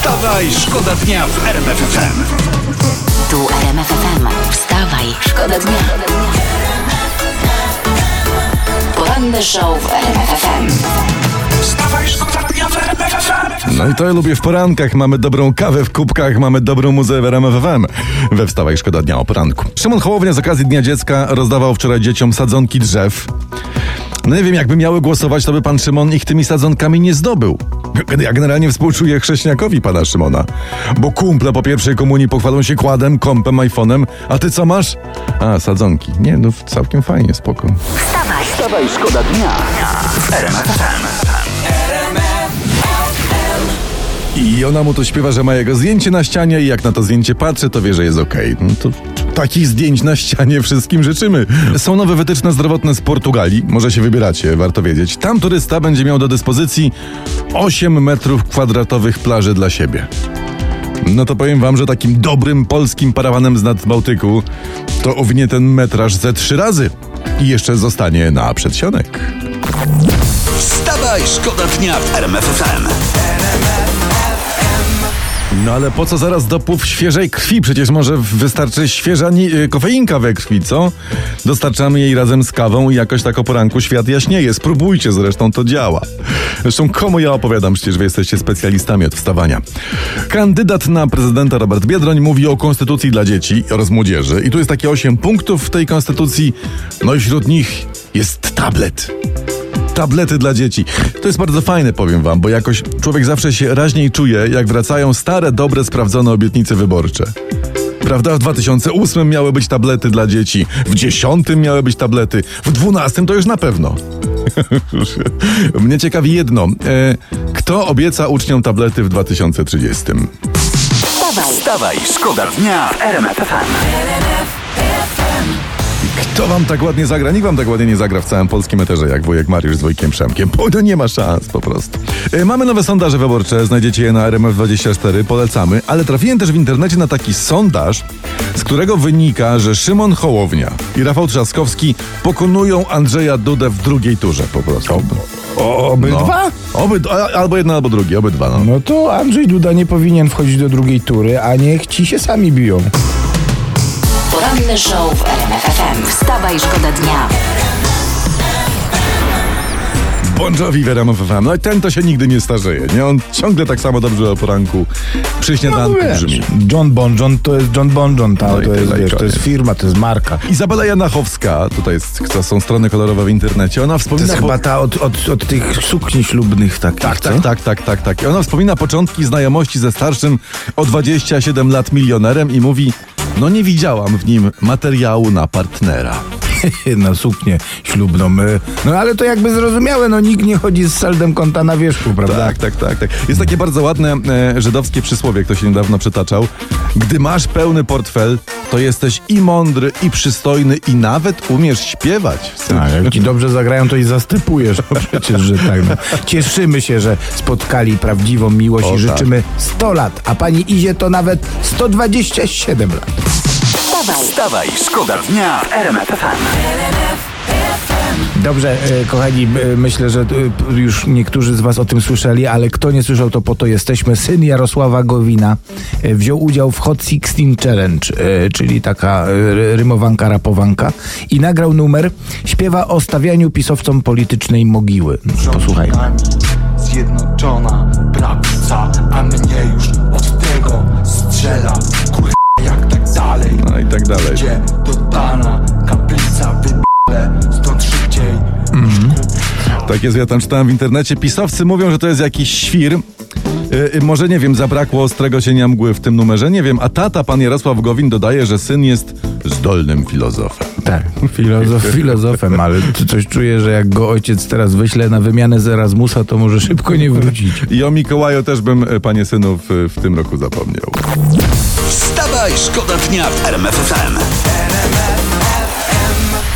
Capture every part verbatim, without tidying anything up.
Wstawaj, szkoda dnia w R M F F M. Tu R M F F M. Wstawaj, szkoda dnia. Poranny show w R M F F M. Wstawaj, szkoda dnia w R M F F M. No i to ja lubię w porankach. Mamy dobrą kawę w kubkach, mamy dobrą muzę w R M F F M. We Wstawaj, szkoda dnia o poranku. Szymon Hołownia z okazji Dnia Dziecka rozdawał wczoraj dzieciom sadzonki drzew. No nie wiem, jakby miały głosować, to by pan Szymon ich tymi sadzonkami nie zdobył. Ja generalnie współczuję chrześniakowi pana Szymona. Bo kumple po pierwszej komunii pochwalą się kładem, kompem, iPhone'em. A ty co masz? A, sadzonki. Nie, no całkiem fajnie, spoko. Wstawaj, Wstawaj, szkoda dnia w R M F F M. I ona mu to śpiewa, że ma jego zdjęcie na ścianie i jak na to zdjęcie patrzy, to wie, że jest okej. Okay. No to takich zdjęć na ścianie wszystkim życzymy. Są nowe wytyczne zdrowotne z Portugalii. Może się wybieracie, warto wiedzieć. Tam turysta będzie miał do dyspozycji osiem metrów kwadratowych plaży dla siebie. No to powiem wam, że takim dobrym polskim parawanem z nad Bałtyku to ownie ten metraż ze trzy razy. I jeszcze zostanie na przedsionek. Wstawaj, szkoda dnia w R M F F M. No ale po co zaraz dopływ świeżej krwi? Przecież może wystarczy świeża ni- kofeinka we krwi, co? Dostarczamy jej razem z kawą i jakoś tak o poranku świat jaśnieje. Spróbujcie, zresztą to działa. Zresztą komu ja opowiadam? Przecież wy jesteście specjalistami od wstawania. Kandydat na prezydenta Robert Biedroń mówi o konstytucji dla dzieci oraz młodzieży. I tu jest takie osiem punktów w tej konstytucji. No i wśród nich jest tablet. Tablety dla dzieci. To jest bardzo fajne, powiem wam, bo jakoś człowiek zawsze się raźniej czuje, jak wracają stare, dobre, sprawdzone obietnice wyborcze. Prawda? W dwa tysiące ósmym miały być tablety dla dzieci, w dziesiątym miały być tablety, w dwunastym to już na pewno. Mnie ciekawi jedno. E, kto obieca uczniom tablety w dwa tysiące trzydziestym? wstawaj, Wstawaj, szkoda dnia w R M F F M. Kto wam tak ładnie zagra? Nikt wam tak ładnie nie zagra w całym polskim eterze jak wujek Mariusz z wujkiem Przemkiem. Bo to nie ma szans po prostu. E, mamy nowe sondaże wyborcze, znajdziecie je na R M F dwadzieścia cztery, polecamy. Ale trafiłem też w internecie na taki sondaż, z którego wynika, że Szymon Hołownia i Rafał Trzaskowski pokonują Andrzeja Dudę w drugiej turze po prostu. O, obydwa? No. Oby, a- albo jedna, albo drugi, obydwa. No. No to Andrzej Duda nie powinien wchodzić do drugiej tury, a niech ci się sami biją. poranny show w R M F F M. Wstawaj, szkoda dnia. Bon Jovi w R M F F M. No i ten to się nigdy nie starzeje, nie? On ciągle tak samo dobrze o poranku przy śniadanku No, wiesz, brzmi. John Bon John to jest John Bon John, ta, No i to, jest, tyle, i wiesz, to jest koniec. firma, to jest marka. Izabela Janachowska, tutaj jest, to są strony kolorowe w internecie, ona To wspomina... jest po- chyba ta od, od, od tych sukni ślubnych takich, Tak, co? tak, tak, tak, tak, tak. I ona wspomina początki znajomości ze starszym o dwadzieścia siedem lat milionerem i mówi: no nie widziałam w nim materiału na partnera. Na suknię ślubną. y, No ale to jakby zrozumiałe, no nikt nie chodzi z saldem konta na wierzchu, prawda? Tak, tak, tak, tak. Jest takie bardzo ładne e, żydowskie przysłowie, ktoś się niedawno przytaczał. Gdy masz pełny portfel, to jesteś i mądry, i przystojny, i nawet umiesz śpiewać. Tak, jak ci dobrze zagrają, to i zastypujesz. No przecież, że tak. No. Cieszymy się, że spotkali prawdziwą miłość O, i tak. życzymy sto lat, a pani Izie to nawet sto dwadzieścia siedem lat. Wstawaj, Wstawaj, szkoda dnia w R M F F M. Dobrze, e, kochani, e, myślę, że e, już niektórzy z was o tym słyszeli, ale kto nie słyszał, to po to jesteśmy. Syn Jarosława Gowina e, wziął udział w Hot Sixteen Challenge, e, czyli taka e, rymowanka, rapowanka i nagrał numer, śpiewa o stawianiu pisowcom politycznej mogiły. Posłuchajmy. Zjednoczona prawica, a mnie już od tego strzela. Kur... jak tak dalej. No i tak dalej. Gdzie do pana kaplica wybile, stąd szybciej. Tak jest, ja tam czytałem w internecie. Pisowcy mówią, że to jest jakiś świr. Yy, może, nie wiem, zabrakło ostrego cienia mgły w tym numerze, nie wiem. A tata, pan Jarosław Gowin, dodaje, że syn jest zdolnym filozofem. Tak, filozof, filozofem, ale to coś czuję, że jak go ojciec teraz wyśle na wymianę z Erasmusa, to może szybko nie wrócić. I o Mikołaju też bym, e, panie synu, w, w tym roku zapomniał. Wstawaj, szkoda dnia w R M F F M.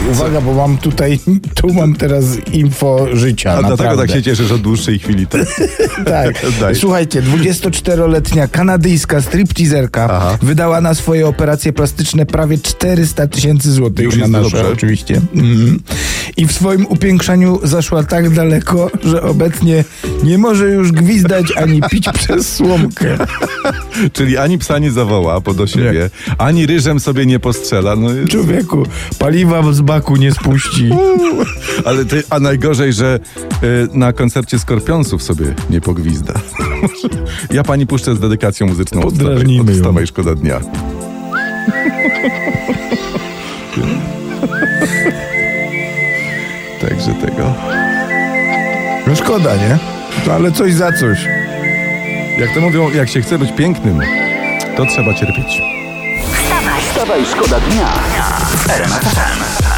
uwaga, bo mam tutaj, tu mam teraz info życia. A naprawdę. dlatego tak się cieszysz od dłuższej chwili. Tak? Tak. Daj. Słuchajcie, dwudziestoczteroletnia kanadyjska stripteaserka Aha. wydała na swoje operacje plastyczne prawie czterysta tysięcy złotych. Już na jest nasze, dobrze. oczywiście. Mhm. I w swoim upiększaniu zaszła tak daleko, że obecnie nie może już gwizdać ani pić przez słomkę. Czyli ani psa nie zawoła po do siebie, ani ryżem sobie nie postrzela. No, jest... Człowieku, paliwa z baku nie spuści. Ale ty, a najgorzej, że y, na koncercie Skorpionsów sobie nie pogwizda. Ja pani puszczę z dedykacją muzyczną. Podrażnijmy ją. Wstawaj, szkoda dnia. Także tego. No szkoda, nie? No ale coś za coś. Jak to mówią, jak się chce być pięknym, to trzeba cierpieć. Wstawaj, Wstawaj, szkoda dnia w R M F F M.